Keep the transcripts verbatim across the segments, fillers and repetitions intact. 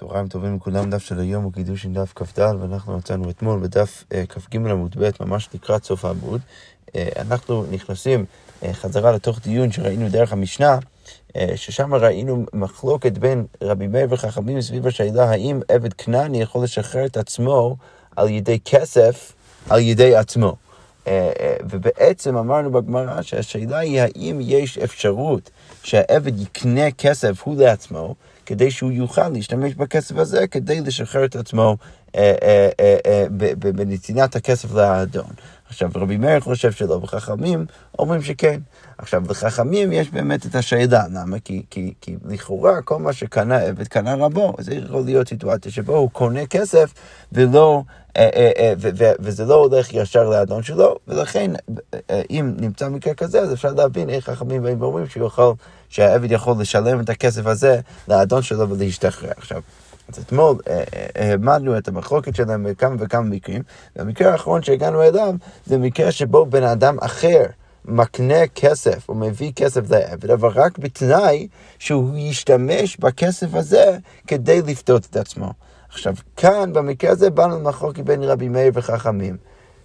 צהריים טובים לכולם, דף של היום הוא קידוש עם דף כ"ד, ואנחנו מצאנו אתמול בדף כ"ג עמוד ב', ממש לקראת סוף העמוד. אנחנו נכנסים חזרה לתוך דיון שראינו דרך המשנה, ששם ראינו מחלוקת בין רבי מאיר וחכמים סביב השאלה האם עבד כנעני יכול לשחרר את עצמו על ידי כסף, על ידי עצמו. ובעצם אמרנו בגמרא שהשאלה היא האם יש אפשרות שהעבד יקנה כסף הוא לעצמו, כדי שהוא יוכל להשתמש בכסף הזה, כדי לשחרר את עצמו בנתינת הכסף לאדון. עכשיו, רבי מאיר חושב שלא, וחכמים אומרים שכן. עכשיו, לחכמים יש באמת את השאלה, למה? כי, כי, כי לכאורה כל מה שקנה עבד קנה רבו, זה יכול להיות סיטואציה שבו הוא קונה כסף ולא, וזה לא הולך ישר לאדון שלו, ולכן אם נמצא מקרה כזה, אז אפשר להבין איך חכמים באים ואומרים שיוכל, שהעבד יכול לשלם את הכסף הזה לאדון שלו ולהשתחרר. עכשיו, אז אתמול העמדנו את המחלוקת שלהם בכמה וכמה מקרים, והמקרה האחרון שהגענו אליו זה מקרה שבו בן אדם אחר מקנה כסף או מביא כסף לעבד, אבל רק בתנאי שהוא ישתמש בכסף הזה כדי לפתות את עצמו. עכשיו, כאן במקרה הזה באנו למחלוקת בין רבי מאיר וחכמים,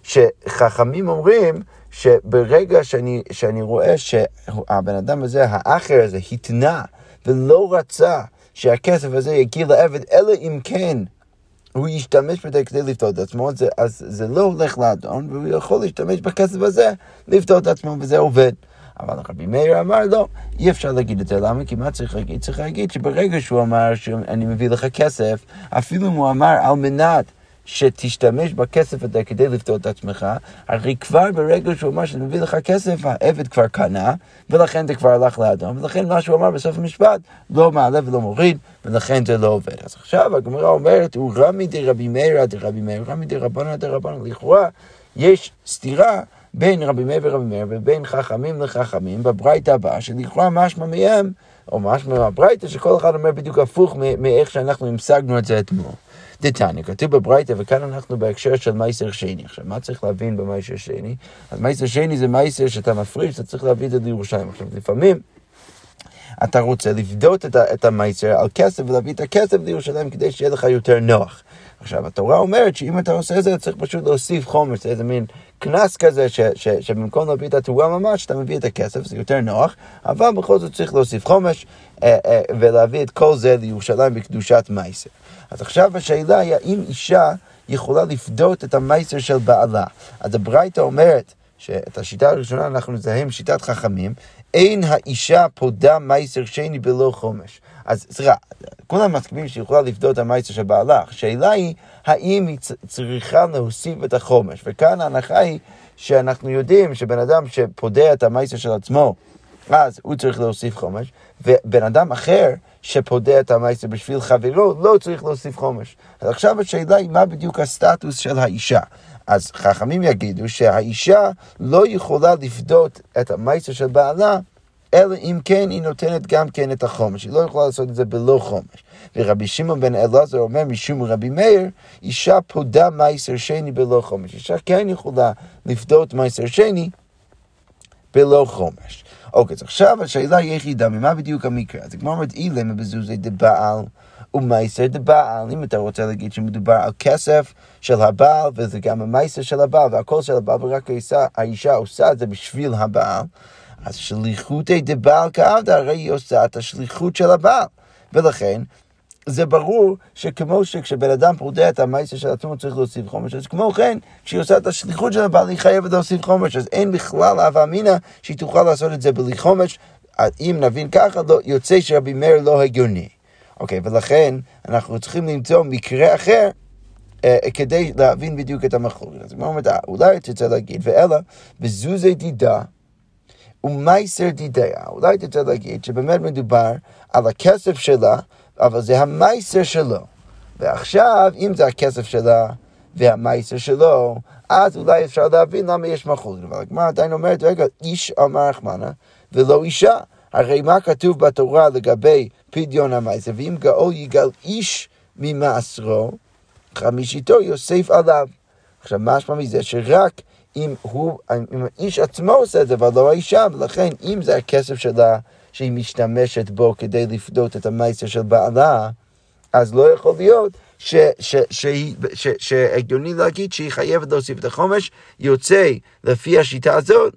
שחכמים אומרים שברגע שאני, שאני רואה שהבן אדם הזה, האחר הזה, התנה ולא רצה שהכסף הזה יגיע לעבד, אלא אם כן הוא ישתמש בזה כדי לפתות את עצמו, אז, אז זה לא הולך לאדון, והוא יכול להשתמש בכסף הזה לפתות את עצמו, וזה עובד. אבל רבי מאיר אמר לא, אי אפשר להגיד את זה. למה? כי מה צריך להגיד? צריך להגיד שברגע שהוא אמר שאני מביא לך כסף, אפילו אם הוא אמר על מנת שתשתמש בכסף הזה כדי לפתות את עצמך, הרי כבר ברגע שהוא אמר שאני מביא לך כסף, העבד כבר קנה, ולכן זה כבר הלך לאדון, ולכן מה שהוא אמר בסוף המשפט לא מעלה ולא מוריד, ולכן זה לא עובד. אז עכשיו הגמרא אומרת, הוא רמי די רבי מאיר די רבי מאיר, רמי די רבנה די רבנה, לכאורה יש סתירה בין רבי מאיר ורבי מאיר, ובין חכמים לחכמים, בברייתא הבאה, שלכאורה משמע מהם, או משמע מהברייתא, שכל אחד אומר בדיוק הפוך מאיך שאנחנו המשגנו את זה אתמול. דתניא, כתוב בברייתא, וכאן אנחנו בהקשר של מייסר שני. עכשיו, מה צריך להבין במייסר שני? אז מייסר שני זה מייסר שאתה מפריש, אתה צריך להביא את זה לירושלים. עכשיו, לפעמים אתה רוצה לפדות את, את המייסר על כסף, ולהביא את הכסף לירושלים כדי שיהיה לך יותר נוח. עכשיו, התורה אומרת שאם אתה עושה את זה, צריך פשוט להוסיף חומש, זה איזה מין כנס כזה, ש, ש, שבמקום להביא את התורה ממש, אתה מביא את הכסף, זה יותר נוח, אבל בכל זאת צריך להוסיף חומש, אה, אה, ולהביא את כל זה לירושלים בקדושת מייסר. אז עכשיו השאלה היא, האם אישה יכולה לפדות את המייסר של בעלה? אז הברייתא אומרת, שאת השיטה הראשונה אנחנו נזהים שיטת חכמים, אין האישה פודה מייסר שני בלא חומש. אז סליחה, כולם מסכימים שיכולה לפדות את המייסר של בעלה. השאלה היא, האם היא צריכה להוסיף את החומש? וכאן ההנחה היא שאנחנו יודעים שבן אדם שפודה את המייסר של עצמו, אז הוא צריך להוסיף חומש, ובן אדם אחר שפודה את המייסר בשביל חברו, לא צריך להוסיף חומש. אז עכשיו השאלה היא מה בדיוק הסטטוס של האישה. אז חכמים יגידו שהאישה לא יכולה לפדות את המייסר של בעלה, אלא אם כן היא נותנת גם כן את החומש. היא לא יכולה לעשות את זה בלא חומש. ורבי שמעון בן אלעזר אומר משום רבי מאיר, אישה פודה מייסר שני בלא חומש. אישה כן יכולה לפדות מייסר שני בלא חומש. אוקיי, אז עכשיו השאלה היא יחידה, ממה בדיוק המקרה? אז כמו אומרת, אילם בזוזי דבעל ומייסר דבעל. אם אתה רוצה להגיד שמדובר על כסף של הבעל, וזה גם המייסר של הבעל, והכל של הבעל, ורק האישה, האישה עושה את זה בשביל הבעל, אז שליחותי דבעל כעבדה, הרי היא עושה את השליחות של הבעל. ולכן, זה ברור שכמו שכשבן אדם פודה את המייסר של עצמו צריך להוסיף חומש, אז כמו כן, כשהיא עושה את השליחות של הבעל, היא חייבת להוסיף חומש, אז אין בכלל הווה אמינא שהיא תוכל לעשות את זה בלי חומש. אם נבין ככה, לא, יוצא שרבי מאיר לא הגיוני. אוקיי, ולכן אנחנו צריכים למצוא מקרה אחר, אה, כדי להבין בדיוק את המחלוקת. אז כמו אומרת, אולי תצא להגיד, ואלה, בזוזי דידה, ומייסר דידיה, אולי תצא להגיד שבאמת מדובר על הכסף שלה, אבל זה המייסר שלו. ועכשיו, אם זה הכסף שלה והמייסר שלו, אז אולי אפשר להבין למה יש מחלוקת. אבל הגמרא עדיין אומרת, רגע, איש אמר רחמנא ולא אישה. הרי מה כתוב בתורה לגבי פדיון המייסר? ואם גאול יגאל איש ממעשרו, חמישיתו יוסף עליו. עכשיו, משמע מזה שרק אם הוא, אם האיש עצמו עושה את זה, אבל לא האישה, ולכן אם זה הכסף שלה שהיא משתמשת בו כדי לפדות את המייסר של בעלה, אז לא יכול להיות ש, ש, ש, ש, שהגיוני להגיד שהיא חייבת להוסיף את החומש, יוצא לפי השיטה הזאת,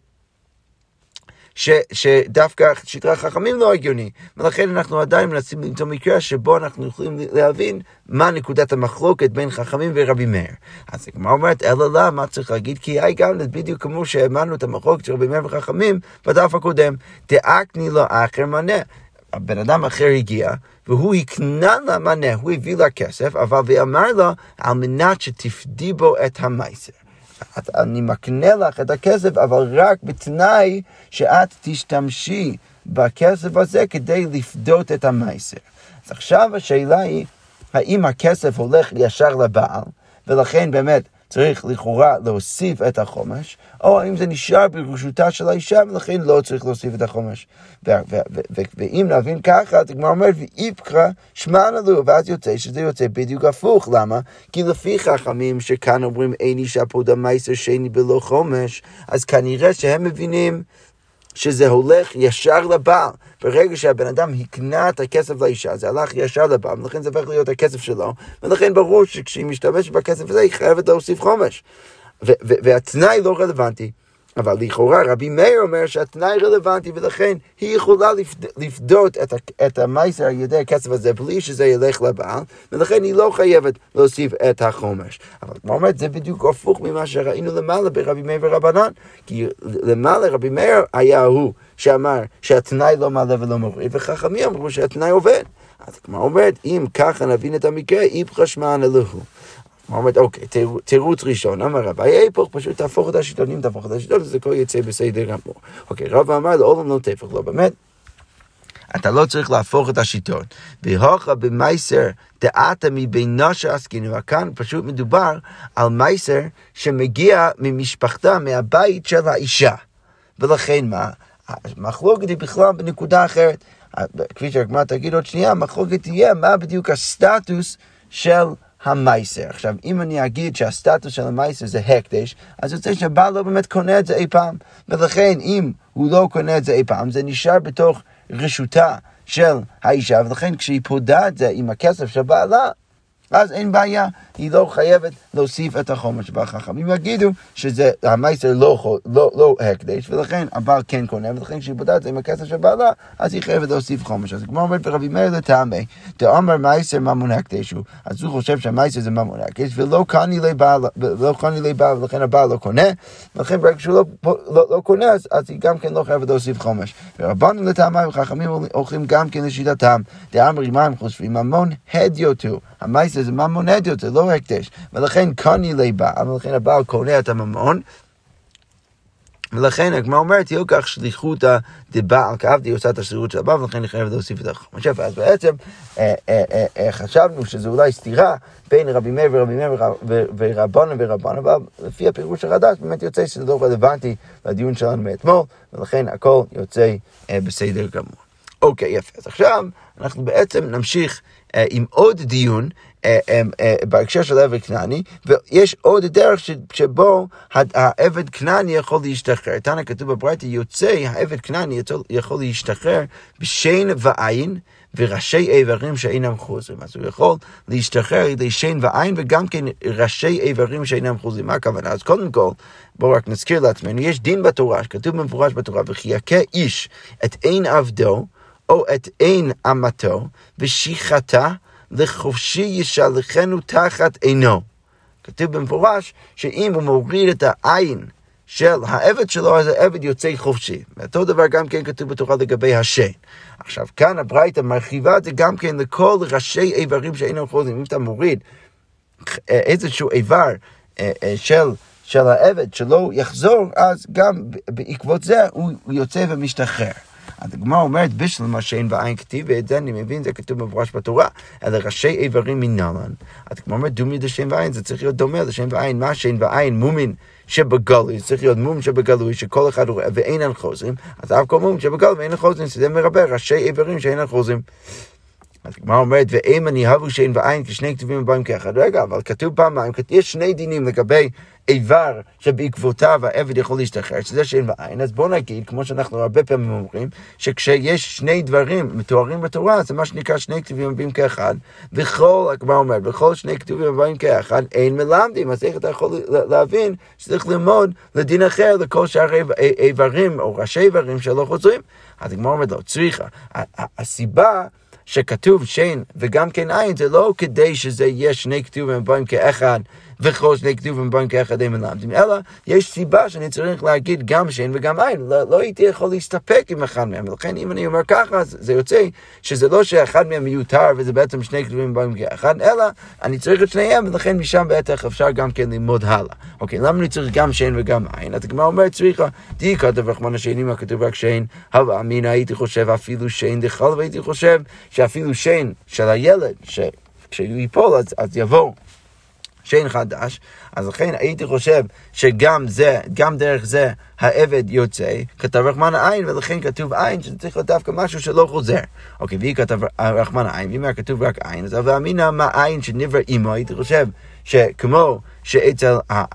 ש, שדווקא שיטת החכמים לא הגיוני, ולכן אנחנו עדיין מנסים למצוא מקרה שבו אנחנו יכולים להבין מה נקודת המחלוקת בין חכמים ורבי מאיר. אז כמו אומרת, אלא לה, מה צריך להגיד? כי היי גם בדיוק כמו שהאמנו את המחלוקת של רבי מאיר וחכמים בדף הקודם, תעקני לו אחר מנה. הבן אדם אחר הגיע, והוא הקנה לה מנה, הוא הביא לה כסף, אבל ואמר לה, על מנת שתפדי בו את המייסר. אני מקנה לך את הכסף, אבל רק בתנאי שאת תשתמשי בכסף הזה כדי לפדות את המייסר. אז עכשיו השאלה היא, האם הכסף הולך ישר לבעל, ולכן באמת צריך לכאורה להוסיף את החומש, או האם זה נשאר ברשותה של האישה, ולכן לא צריך להוסיף את החומש. ואם נבין ככה, אתה כבר אומר, ואיפקרא שמענה לו, ואז יוצא שזה יוצא בדיוק הפוך. למה? כי לפי חכמים שכאן אומרים, אין אישה פודה מייסר שני בלא חומש, אז כנראה שהם מבינים שזה הולך ישר לבעל. ברגע שהבן אדם הקנה את הכסף לאישה, זה הלך ישר לבעל, ולכן זה הופך להיות הכסף שלו, ולכן ברור שכשהיא משתמשת בכסף הזה, היא חייבת להוסיף חומש. ו- ו- והתנאי לא רלוונטי. אבל לכאורה רבי מאיר אומר שהתנאי רלוונטי, ולכן היא יכולה לפד... לפדות את, ה... את המייסר על ידי הכסף הזה, בלי שזה ילך לבעל, ולכן היא לא חייבת להוסיף את החומש. אבל כמו אומרת, זה בדיוק הפוך ממה שראינו למעלה ברבי מאיר ורבנן, כי למעלה רבי מאיר היה הוא שאמר שהתנאי לא מעלה ולא מוריד, וחכמים אמרו שהתנאי עובד. אז כמו אומרת, אם ככה נבין את המקרה, איפכא שמענה לו. הוא אומר, אוקיי, תירוץ ראשון, אמר רב, היה היפוך, פשוט תהפוך את השיטון, אם תהפוך את השיטון, אז הכל יצא בסדר גמור. אוקיי, רב אמר, לעולם לא תהפוך, לא באמת, אתה לא צריך להפוך את השיטון. והוכה במייסר, דעתה מבינה שעסקינו, וכאן פשוט מדובר על מייסר שמגיע ממשפחתה, מהבית של האישה. ולכן מה? המחלוקת היא בכלל בנקודה אחרת. כפי שהגמרא תגיד עוד שנייה, המחלוקת תהיה מה בדיוק הסטטוס של המייסר. עכשיו, אם אני אגיד שהסטטוס של המייסר זה הקדש, אז יוצא שהבעל לא באמת קונה את זה אי פעם. ולכן, אם הוא לא קונה את זה אי פעם, זה נשאר בתוך רשותה של האישה, ולכן כשהיא פודה את זה עם הכסף של בעלה, אז אין בעיה, היא לא חייבת להוסיף את החומש. והחכמים יגידו שזה, המייסר לא, לא, לא הקדש, ולכן הבעל כן קונה, ולכן כשהיא פודה את זה עם הכסף של בעלה, אז היא חייבת להוסיף חומש. אז כמו אומרת ברבי מאיר לטעמי, תאמר מייסר ממון הקדש הוא, אז הוא חושב שהמייסר זה ממון הקדש, ולא קני לי בעל, לא קני לי בעל, ולכן הבעל לא קונה, ולכן ברגע שהוא לא, לא, לא קונה, אז, אז היא גם כן לא חייבת להוסיף חומש. ורבנו לטעמי, וחכמים הולכים גם כן לשיטתם, תאמר מה הם חושבים, ממון הדיוטו, המייסר זה ממון הדיוטו, לא הקדש. ולכן קני לי בעל, ולכן הבעל קונה את הממון, ולכן הגמרא אומרת, ילקח שליחות דבעל, כעבדי עושה את השליחות של הבעל, ולכן היא חייבת להוסיף את החומש. אז בעצם חשבנו שזה אולי סתירה בין רבי מאיר ורבי מאיר ורבנן ורבנן, אבל לפי הפירוש החדש באמת יוצא שזה לא רלוונטי לדיון שלנו מאתמול, ולכן הכל יוצא בסדר גמור. אוקיי, יפה. אז עכשיו אנחנו בעצם נמשיך עם עוד דיון בהקשר של עבד כנעני, ויש עוד דרך שבו העבד כנעני יכול להשתחרר. תנא כתוב בברייתא, יוצא העבד כנעני יכול להשתחרר בשן ועין וראשי איברים שאינם חוזרים. אז הוא יכול להשתחרר לידי שן ועין וגם כן ראשי איברים שאינם חוזרים. מה הכוונה? אז קודם כל, בואו רק נזכיר לעצמנו, יש דין בתורה, שכתוב במפורש בתורה, וכי יכה איש את עין עבדו או את עין אמתו ושחטה לחופשי ישלחנו תחת עינו. כתוב במפורש שאם הוא מוריד את העין של העבד שלו, אז העבד יוצא חופשי. ואותו דבר גם כן כתוב בתורה לגבי השן. עכשיו כאן הברייתא מרחיבה את זה גם כן לכל ראשי איברים שאינם חוזרים. אם אתה מוריד איזשהו איבר של, של העבד שלא יחזור, אז גם בעקבות זה הוא יוצא ומשתחרר. הגמרא אומרת, בשלמה שאין ועין כתיב, ואת זה אני מבין, זה כתוב במפורש בתורה, אלא ראשי איברים מנלן. הגמרא אומרת, דומי לשן ועין, זה צריך להיות דומה לשן ועין. מה שן ועין? מומין שבגלוי, זה צריך להיות מום שבגלוי, שכל אחד רואה, ואינן חוזרים, אז אף כל מום שבגלוי ואינן חוזרים, זה מרבה ראשי איברים שאינן חוזרים. אז הגמרא אומרת, ואם אני אהבו שאין ועין כשני כתובים הבאים כאחד. רגע, אבל כתוב פעמיים, יש שני דינים לגבי איבר שבעקבותיו העבד יכול להשתחרר, שזה שאין ועין. אז בוא נגיד, כמו שאנחנו הרבה פעמים אומרים, שכשיש שני דברים מתוארים בתורה, זה מה שנקרא שני כתובים הבאים כאחד, וכל, הגמרא אומרת, וכל שני כתובים הבאים כאחד, אין מלמדים. אז איך אתה יכול להבין שצריך ללמוד לדין אחר לכל שאר איברים או ראשי איברים שלא חוזרים? אז הגמרא אומרת, לא, צריכה. הסיבה שכתוב שן וגם כן עין, זה לא כדי שזה יש שני כתובים הבאים כאחד, וכל שני כתובים הבאים כאחד הם מלמדים, אלא יש סיבה שאני צריך להגיד גם שן וגם עין, לא, לא הייתי יכול להסתפק עם אחד מהם, ולכן אם אני אומר ככה, זה יוצא שזה לא שאחד מהם מיותר, וזה בעצם שני כתובים הבאים כאחד, אלא אני צריך את שניהם, ולכן משם בטח אפשר גם כן ללמוד הלאה. אוקיי, למה אני צריך גם שן וגם עין? אז הגמרא אומרת, צריכה, די כתב רחמן השני, מה כתוב רק שן, הווה אמינא, הייתי חושב אפילו שן דחל, והייתי חושב שאפילו שן של הילד, שכשהוא ייפול אז, אז יבוא שן חדש, אז לכן הייתי חושב שגם זה, גם דרך זה העבד יוצא, כתב רחמן העין, ולכן כתוב עין, שזה צריך להיות דווקא משהו שלא חוזר. אוקיי, והיא כתב רחמן העין, ואם היה כתוב רק עין, אז אבל אמינא מה עין שנברא עמו, הייתי חושב שכמו שאצל,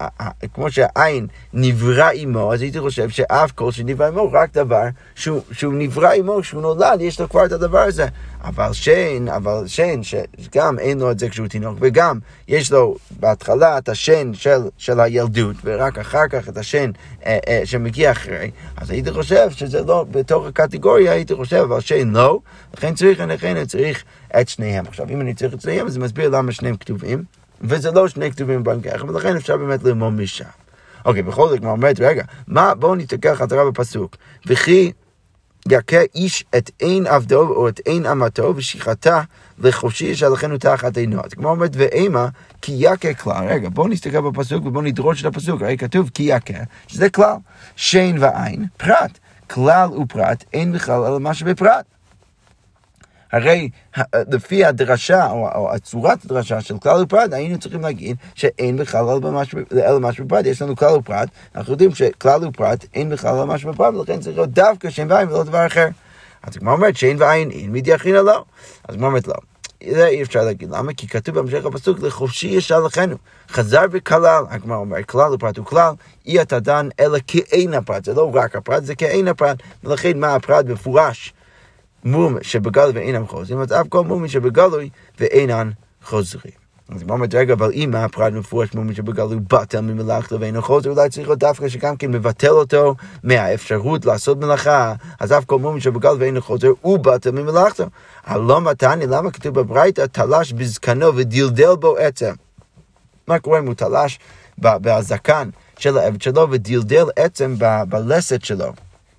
כמו שהעין נברא עמו, אז הייתי חושב שאף כל שנברא עמו, רק דבר שהוא, שהוא נברא עמו, שהוא נולד, יש לו כבר את הדבר הזה. אבל שן, אבל שן, שגם אין לו את זה כשהוא תינוק, וגם יש לו בהתחלה את השן של, של הילדות, ורק אחר כך את השן אה, אה, שמגיע אחרי, אז הייתי חושב שזה לא, בתוך הקטגוריה הייתי חושב, אבל שן לא, לכן צריך, לכן צריך את שניהם. עכשיו, אם אני צריך את שניהם, אז זה מסביר למה שניהם כתובים, וזה לא שני כתובים בהם כאחד, ולכן אפשר באמת ללמוד משם. אוקיי, בכל זאת, כמו אומרת, רגע, מה, בואו נתקע חזרה בפסוק, וכי יכה איש את אין עבדו או את אין אמתו ושחטה לחופשי ישלחנו תחת עינו. אז כמו אומרת, ואימה כי יכה כלל. רגע, בואו נסתכל בפסוק ובואו נדרוש את הפסוק. הרי כתוב כי יכה, שזה כלל. שן ועין, פרט. כלל ופרט, אין בכלל אלא מה שבפרט. הרי לפי הדרשה או, או הצורת הדרשה של כלל ופרט, היינו צריכים להגיד שאין בכלל אלא משהו בפרט. יש לנו כלל ופרט, אנחנו יודעים שכלל ופרט אין בכלל אלא משהו בפרט, ולכן צריך להיות דווקא שן ועין ולא דבר אחר. אז כמו אומרת, שן ועין אין מדיחינא לא. אז כמו אומרת לא. זה אי אפשר להגיד. למה? כי כתוב בהמשך הפסוק, לחופשי ישלחנו. חזר וכלל, כמו אומר, כלל ופרט הוא כלל, אי אתה דן אלא כאין הפרט. זה לא רק הפרט, זה כאין הפרט. ולכן מה הפרט בפורש? מום שבגלוי ואינם חוזרים, אז אף כל מומי שבגלוי ואינם חוזרים. אז מה אומרת, רגע, אבל אם הפרט מפורש מומי שבגלוי בטל ממלאכתו ואינם חוזר, אולי צריך להיות דווקא שגם כן מבטל אותו מהאפשרות לעשות מלאכה, אז אף כל מומי שבגלוי ואינם חוזר, הוא בטל ממלאכתו. הלא מתני, למה כתוב בברייתא, תלש בזקנו ודלדל בו עצם? מה קורה אם הוא תלש בזקן של העבד שלו ודלדל עצם בלסת שלו?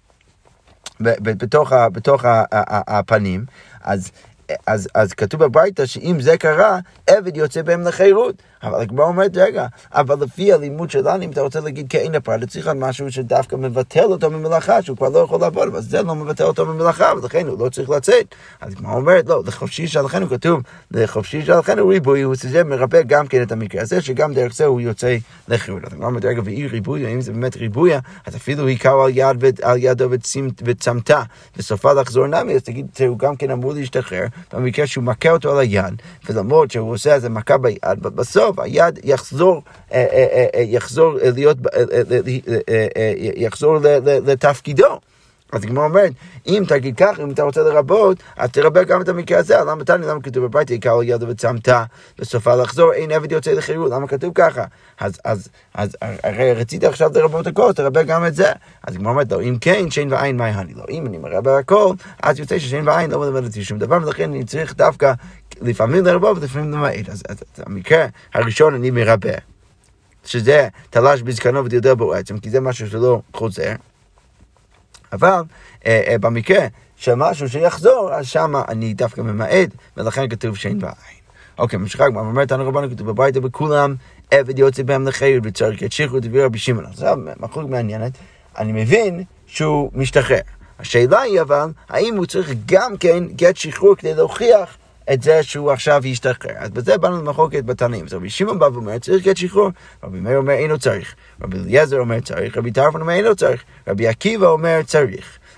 בתוך ה, בתוך ה, ה, ה, הפנים, אז, אז, אז כתוב בברייתא שאם זה קרה, עבד יוצא בהם לחירות. אבל הגמרא אומרת, רגע, אבל לפי הלימוד שלנו, אם אתה רוצה להגיד כאין הפרט, צריך משהו שדווקא מבטל אותו ממלאכה, שהוא כבר לא יכול לעבוד, אבל זה לא מבטל אותו ממלאכה, ולכן הוא לא צריך לצאת. אז הגמרא אומרת, לא, לחופשי שלחנו, כתוב, לחופשי שלחנו ריבוי, הוא שזה מרפא גם כן את המקרה הזה, שגם דרך זה הוא יוצא לחירות. אז הגמרא אומרת, רגע, ואי ריבוי, אם זה באמת ריבוי, אז אפילו היכהו על, יד, על ידו וצמתה, וסופה לחזור נמי, אז תגיד, הוא גם כן אמור להשתחרר, במקרה שהוא מכה אותו על היד, ולמרות שהוא עושה איזה מכה ביד, בסוף היד יחזור, יחזור להיות, יחזור לתפקידו. אז כמו אומרת, אם תגיד כך, אם אתה רוצה לרבות, אז תרבה גם את המקרה הזה. למה תני, למה כתוב בברייתא, היכהו על ידו וצמתה, בסופה לחזור, אין עבד יוצא לחירות. למה כתוב ככה? אז, אז, אז הרי רציתי עכשיו לרבות הכל, תרבה גם את זה. אז כמו אומרת, לא, אם כן, שן ועין, מה יהני? לא, אם אני מרבה הכל, אז יוצא ששן ועין לא מלמד אותי שום דבר, ולכן אני צריך דווקא לפעמים לרבות ולפעמים למעט. אז, אז, אז המקרה הראשון אני מרבה, שזה תלש בזקנו ודלדל בו עצם, כי זה משהו שלא חוזר. אבל אה, אה, במקרה של משהו שיחזור, אז שמה אני דווקא ממעט, ולכן כתוב שן ועין. אוקיי, משחק, מה אומרת, אני רבנו כתוב בברייתא בכולם, עבד יוצא בהם לחירות וצריך את שחרור דברי רבי שמעון. עכשיו, מחלוקת מעניינת, אני מבין שהוא משתחרר. השאלה היא אבל, האם הוא צריך גם כן גט שחרור כדי להוכיח את זה שהוא עכשיו ישתחרר. אז בזה באנו למחלוקת בתנאים. אז רבי שמעון בא ואומר, צריך גט שחרור. רבי מאיר אומר, אינו צריך. רבי אליעזר אומר, צריך. רבי טרפון אומר, אינו צריך. רבי עקיבא אומר, צריך.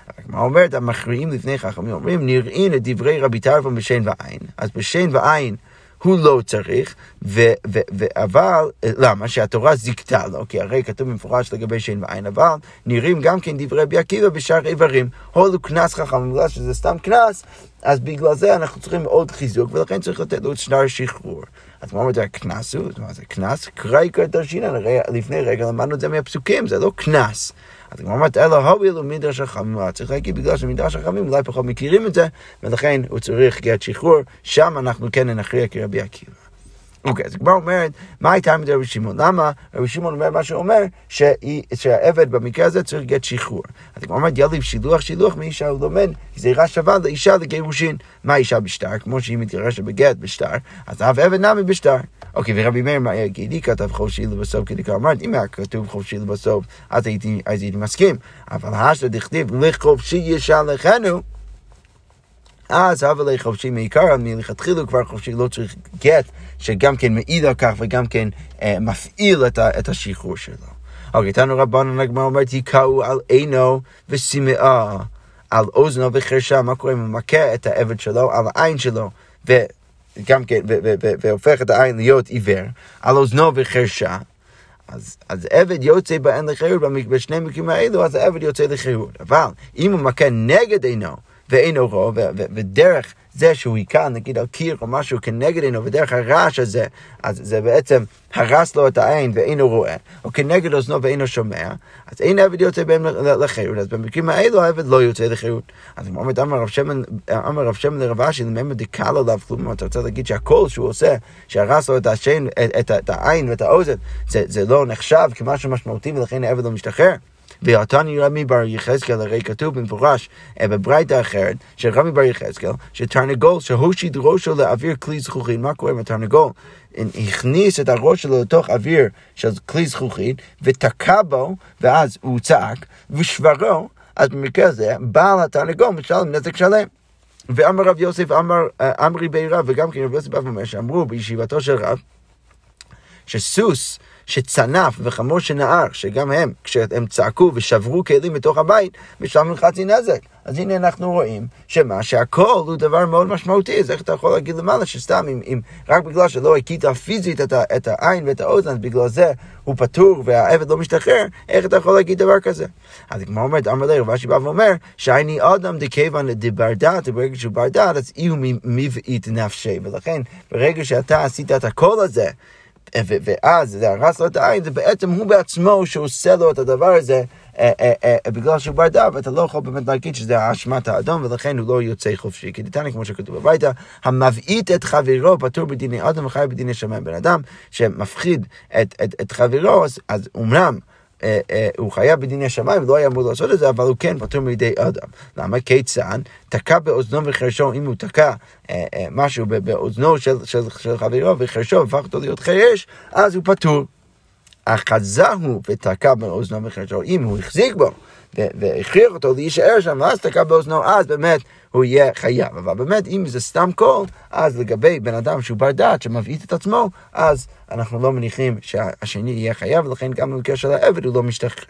מה אומרת, המכריעים לפני חכמים, אומרים, נראים את דברי רבי טרפון בשן ועין, אז בשן ועין הוא לא צריך, ו- ו- ו- אבל, למה? שהתורה זיקתה לו, כי הרי כתוב במפורש לגבי שן ועין, אבל נראים גם כן דברי רבי עקיבא בשאר איברים, הולו כנס חכם, בגלל שזה סתם כנס, אז בגלל זה אנחנו צריכים עוד חיזוק, ולכן צריך לתת לו את שטר שחרור. אז מה אומרת, הכנס הוא, מה זה כנס? קראי כתרשינה, לפני רגע למדנו את זה מהפסוקים, זה לא כנס. אז כמו אומרת, אלא הובילו מדרש החכמים, צריך להגיד בגלל שמדרש החכמים אולי פחות מכירים את זה, ולכן הוא צריך גט שחרור, שם אנחנו כן נכריע כרבי עקיבא. אוקיי, אז כבר אומרת, מה הייתה מדי רבי שמעון? למה? רבי שמעון אומר מה שאומר, שהעבד במקרה הזה צריך גט שחרור. אז כמו אומרת, יליב שילוח שילוח מאישה הוא לומד, גזירה שווה לאישה לגירושין. מה אישה בשטר? כמו שהיא מתגרשת בגט בשטר, אז אף עבד נמי בשטר. אוקיי, ורבי מאיר מה יגיד? היא כתב חופשי לבסוף, כדי כבר אמרת, אם היה כתוב חופשי לבסוף, אז הייתי, אז הייתי מסכים. אבל השלה דכתיב, לחופשי ישלחנו, אז אבל חופשי מעיקר, מלכתחילה כבר חופשי לא צריך גט, שגם כן מעיד על כך וגם כן אה, מפעיל את, ה, את השחרור שלו. אוקיי, תנו רבנו הגמרא אומרת, יקראו על עינו ושמעה, על אוזנו וחרשה, מה קורה אם הוא מכה את העבד שלו, על העין שלו, וגם כן, ו- ו- ו- והופך את העין להיות עיוור, על אוזנו וחרשה, אז, אז עבד יוצא בעין לחירות, בשני מקרים האלו, אז העבד יוצא לחירות. אבל אם הוא מכה נגד עינו, ואינו רואה, ודרך זה שהוא היכה, נגיד על קיר או משהו כנגד עינו, ודרך הרעש הזה, אז זה בעצם הרס לו את העין ואינו רואה, או כנגד אוזנו ואינו שומע, אז אין עבד יוצא בהם לחירות, אז במקרים האלו העבד לא יוצא לחירות. אז אם אומרת, אמר רב שמן לרב אשי, למען דקל עליו כלום, אתה רוצה להגיד שהכל שהוא עושה, שהרס לו את השן, את, את העין ואת האוזן, זה, זה לא נחשב כמשהו משמעותי, ולכן העבד לא משתחרר. והתני רבי בר יחזקאל, הרי כתוב במפורש בברייתא אחרת של רבי בר יחזקאל, שתרנגול שהושיט ראשו לאוויר כלי זכוכית. מה קורה עם התרנגול? הכניס את הראש שלו לתוך אוויר של כלי זכוכית ותקע בו, ואז הוא צעק ושברו, אז במקרה הזה בעל התרנגול משלם נזק שלם. ואמר רב יוסף, אמר אמרי בי רב, וגם כן רב יוסף אומר שאמרו בישיבתו של רב, שסוס שצנף וחמור שנער, שגם הם, כשהם צעקו ושברו כלים בתוך הבית, משלמים חצי נזק. אז הנה אנחנו רואים שמה, שהכל הוא דבר מאוד משמעותי. אז איך אתה יכול להגיד למעלה שסתם, אם, אם רק בגלל שלא הכית פיזית את, ה, את העין ואת האוזן, בגלל זה הוא פטור והעבד לא משתחרר, איך אתה יכול להגיד דבר כזה? אז כמו אומרת, אמר לי, רב אשי בא ואומר, שאני אדם דכיוון דבר דעת, וברגע שהוא בר דעת, אז אי הוא מבעית נפשי. ולכן, ברגע שאתה עשית את הכל הזה, ואז זה הרס לו את העין, זה בעצם הוא בעצמו שעושה לו את הדבר הזה בגלל שהוא בר דעת, ואתה לא יכול באמת להגיד שזה האשמת האדום, ולכן הוא לא יוצא חופשי. כי דתני, כמו שכתוב בביתה, המבעית את חברו פטור בדיני אדם וחי בדיני שמיים. בן אדם שמפחיד את, את, את חברו, אז, אז אומנם אה, אה, הוא חייב בדיני שמיים, לא היה אמור לעשות את זה, אבל הוא כן פטור מידי אדם. למה? כיצד? תקע באוזנו וחרשו, אם הוא תקע אה, אה, משהו באוזנו של, של, של חברו וחרשו, הפך אותו להיות חרש, אז הוא פטור. אחזה הוא ותקע באוזנו וחרשו, אם הוא החזיק בו והכריח אותו להישאר שם, אז תקע באוזנו, אז באמת הוא יהיה חייב. אבל באמת, אם זה סתם קול, אז לגבי בן אדם שהוא בר דעת, שמבעית את עצמו, אז אנחנו לא מניחים שהשני יהיה חייב, ולכן גם במקרה של העבד הוא לא משתחרר.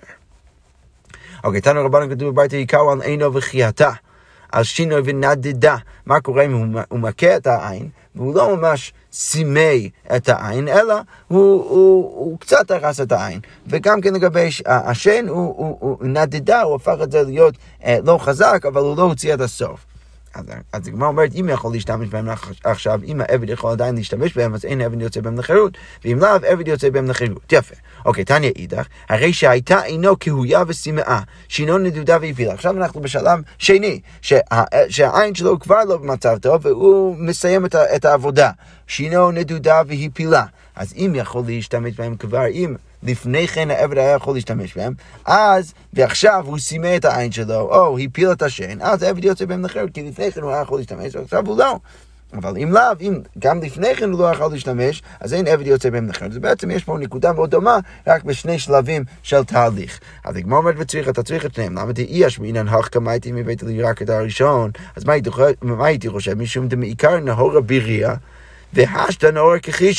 אוקיי, תנו רבנו כתוב בביתה, יקראו על עינו וחייתה, על שינוי ונדדה. מה קורה אם הוא, הוא מכה את העין, והוא לא ממש סימי את העין, אלא הוא, הוא, הוא קצת הרס את העין. וגם כן לגבי השן, הוא, הוא, הוא נדדה, הוא הפך את זה להיות אה, לא חזק, אבל הוא לא הוציא עד הסוף. אז, אז הגמרא אומרת, אם יכול להשתמש בהם עכשיו, אם העבד יכול עדיין להשתמש בהם, אז אין עבד יוצא בהם לחירות, ואם לאו, עבד יוצא בהם לחירות. יפה. אוקיי, תניא אידך, הרי שהייתה אינו כהויה וסימאה, שינו נדודה והפילה. עכשיו אנחנו בשלב שני, שה, שהעין שלו כבר לא במצב טוב, והוא מסיים את, את העבודה. שינו נדודה והפילה. אז אם יכול להשתמש בהם כבר, אם לפני כן העבד היה יכול להשתמש בהם, אז, ועכשיו הוא סימא את העין שלו, או הפיל את השן, אז העבד יוצא בהם לחירות, כי לפני כן הוא היה יכול להשתמש, ועכשיו הוא לא. אבל אם לאו, אם גם לפני כן הוא לא יכול להשתמש, אז אין עבד יוצא בהם לחירות. אז בעצם יש פה נקודה מאוד דומה, רק בשני שלבים של תהליך. אז הגמרא אומרת וצריך, אתה צריך את שניהם. למה תהיה שמינן הך כמייתי מבית לי רק את הראשון? אז מה הייתי, מה הייתי חושב? משום דמעיקר נהורה ביריה, והשת נהורה כחישה.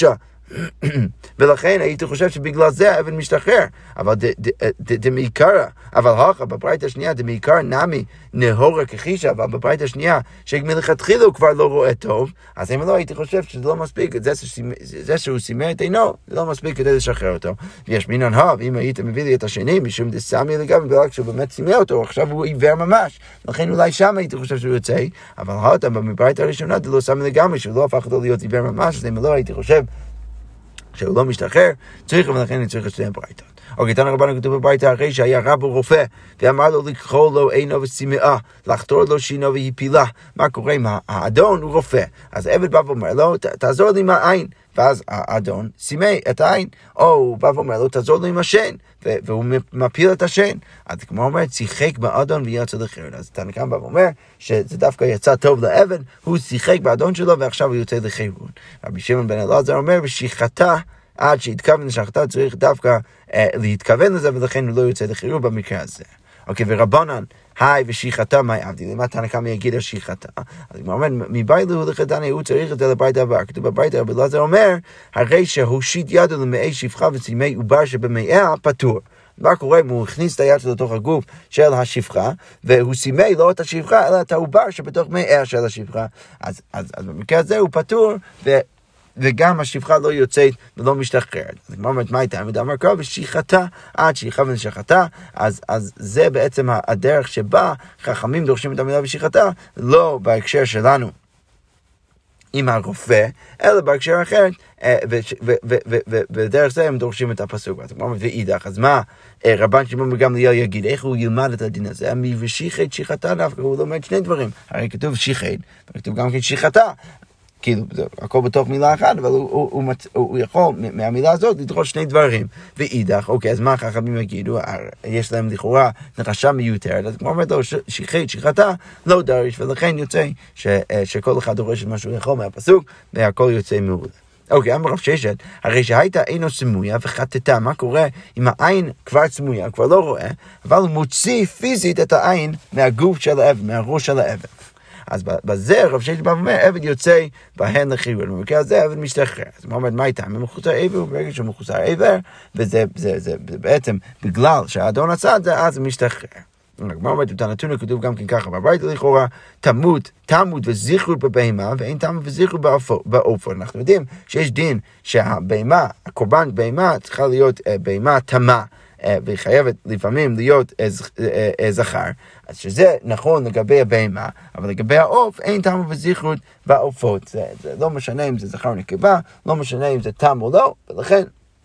ולכן הייתי חושב שבגלל זה העבד משתחרר. אבל דמעיקרא, אבל הכה, בברייתא השנייה, דמעיקרא נמי נהורא כחישא, אבל בברייתא השנייה, שמלכתחילה הוא כבר לא רואה טוב, אז אם לא הייתי חושב שזה לא מספיק, זה שהוא סימא את עינו, זה לא מספיק כדי לשחרר אותו. ויש מינן הא, ואם היית מביא לי את השני, משום דסמי לגמרי, בגלל כשהוא באמת סימא אותו, עכשיו הוא עיוור ממש, לכן אולי שם הייתי חושב שהוא יוצא, אבל הא, בברייתא הראשונה, זה לא סמי לגמרי, שהוא לא הפך אותו להיות עיוור ממש, אז אם לא הייתי חושב שהוא לא משתחרר, צריך, ולכן אני צריך לשתיהם ברייתות. אוקיי, תנא רבנן כתוב בברייתא, אחרי שהיה רב רופא, ואמר לו לקחול לו עינו וסימאה, לחתור לו שינו והפילה. מה קורה אם האדון הוא רופא? אז העבד בא ואומר לו, תעזור לי עם העין. ואז האדון סימא את העין, או הוא בא ואומר לו, תעזור לו עם השן, והוא מפיל את השן. אז כמו אומר, שיחק באדון ויצא לחירות. אז תנא קמא בא ואומר, שזה דווקא יצא טוב לעבד, הוא שיחק באדון שלו, ועכשיו הוא יוצא לחירות. רבי שמעון בן אלעזר אומר, ושחטה, עד שהתכוון לשחטה, צריך דווקא אה, להתכוון לזה, ולכן הוא לא יוצא לחירות במקרה הזה. אוקיי, ורבנן, היי ושחטה, מה עבדי? למה תנא קמא יגיד על שחטה? אז הוא אומר, מבית לו לכדני, הוא צריך את זה לבית הבא. כתוב בבית הבא, רבי אלעזר אומר, הרי שהושיט ידו למאי שפחה וסימא עובר שבמאיה פטור. מה קורה אם הוא הכניס את היד שלו לתוך הגוף של השפחה, והוא סימא לא את השפחה, אלא את העובר שבתוך מאיה של השפחה. אז, אז, אז במקרה הזה הוא פטור, ו... וגם השפחה לא יוצאת ולא משתחררת. אז כמו אומרת, מה הייתה? אמר קרא ושחטה, עד שיכוון לשחטה, אז, אז זה בעצם הדרך שבה חכמים דורשים את המילה ושחטה, לא בהקשר שלנו עם הרופא, אלא בהקשר אחרת, ובדרך זה הם דורשים את הפסוק. אז כמו אומרת, ואידך, אז מה רבן שמעון גמליאל יגיד? איך הוא ילמד את הדין הזה? מי ושיחט שחטה דווקא, הוא לומד שני דברים. הרי כתוב שיחט, וכתוב גם כן שחטה. כאילו, זה הכל בתוך מילה אחת, אבל הוא, הוא, הוא, הוא יכול מהמילה הזאת לדרוש שני דברים. ואידך, אוקיי, אז מה החכמים יגידו? יש להם לכאורה נחשה מיותרת, אז כמו אומרת לו, שיחט, שחטה, לא דריש, ולכן יוצא ש, שכל אחד דורש את מה שהוא יכול מהפסוק, והכל יוצא מעולה. אוקיי, אמר רב ששת, הרי שהייתה אינו סמויה וחטטה, מה קורה אם העין כבר סמויה, כבר לא רואה, אבל הוא מוציא פיזית את העין מהגוף של האבן, מהראש של האבן. אז בזה רב ששת בא ואומר, עבד יוצא בהן לחירות, במקרה הזה עבד משתחרר. אז הוא אומר, מה איתה? הם מחוסר עבר, ברגע שהוא מחוסר עבר, וזה זה, זה, זה בעצם בגלל שהאדון עשה את זה, אז הוא משתחרר. הגמרא אומרת, את הנתון כתוב גם כן ככה, בברייתא לכאורה, תמות, תמות וזכרות בבהמה, ואין תמות וזכרות בעופר. אנחנו יודעים שיש דין שהבהמה, הקורבן בהמה, צריכה להיות בהמה תמה, והיא חייבת לפעמים להיות זכר. אז שזה נכון לגבי הבהמה, אבל לגבי העוף אין תמו וזכרות בעופות. זה, זה לא משנה אם זה זכר או נקבה, לא משנה אם זה תם או לא, ולכן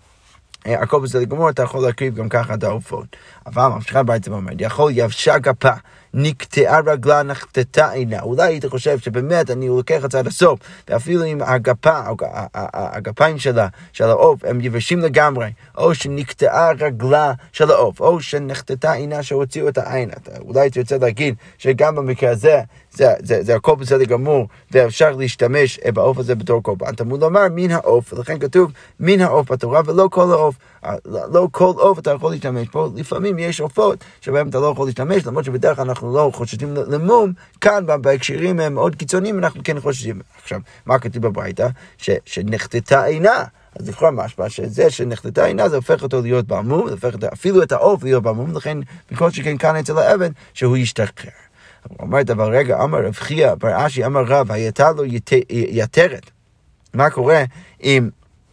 הכל בסדר גמור, אתה יכול להקריב גם ככה את העופות. אבל ממשיכה ברייתא ואומרת, יכול יבשה גפה, נקטעה רגלה, נחתתה עינה. אולי היית חושב שבאמת אני לוקח את זה עד הסוף, ואפילו אם הגפה, הגפיים שלה, של העוף, הם יבשים לגמרי, או שנקטעה רגלה של העוף, או שנחתתה עינה שהוציאו את העין. אולי הייתי רוצה להגיד שגם במקרה הזה, זה, זה, זה הכל בסדר גמור, ואפשר להשתמש בעוף הזה בתור קורבן. תלמוד לומר מן העוף, ולכן כתוב מן העוף בתורה, ולא כל העוף. לא כל עוף אתה יכול להשתמש פה, לפעמים יש עופות שבהם אתה לא יכול להשתמש, למרות שבדרך אנחנו לא חוששים למום, כאן בהקשרים הם מאוד קיצוניים, אנחנו כן חוששים. עכשיו, מה כתוב בברייתא? שנחתתה עינה. אז לכאורה משמע שזה שנחתתה עינה, זה הופך אותו להיות בעמום, זה הופך אפילו את העוף להיות בעמום, לכן בכל שכן כאן אצל העבד, שהוא ישתחרר. הוא אומרת, אבל רגע, אמר רב חייא בר אשי, אמר רב, הייתה לו יתרת. מה קורה אם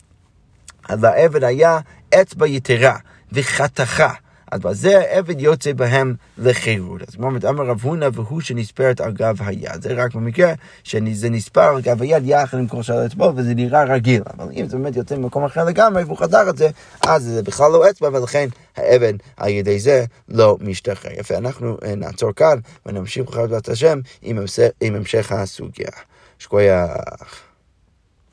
לעבד היה אצבע יתרה וחתכה, אז בזה עבד יוצא בהם לחירות. אז כמו אומרת, אמר רב הונא והוא שנספרת על גב היד. זה רק במקרה שזה נספר על גב היד יחד עם כל שאר אצבעות, וזה נראה רגיל. אבל אם זה באמת יוצא ממקום אחר לגמרי, והוא חתך את זה, אז זה בכלל לא אצבע, ולכן העבד על ידי זה לא משתחרר. יפה, אנחנו נעצור כאן, ונמשיך אחר כך השם עם המשך הסוגיה. שכוייח.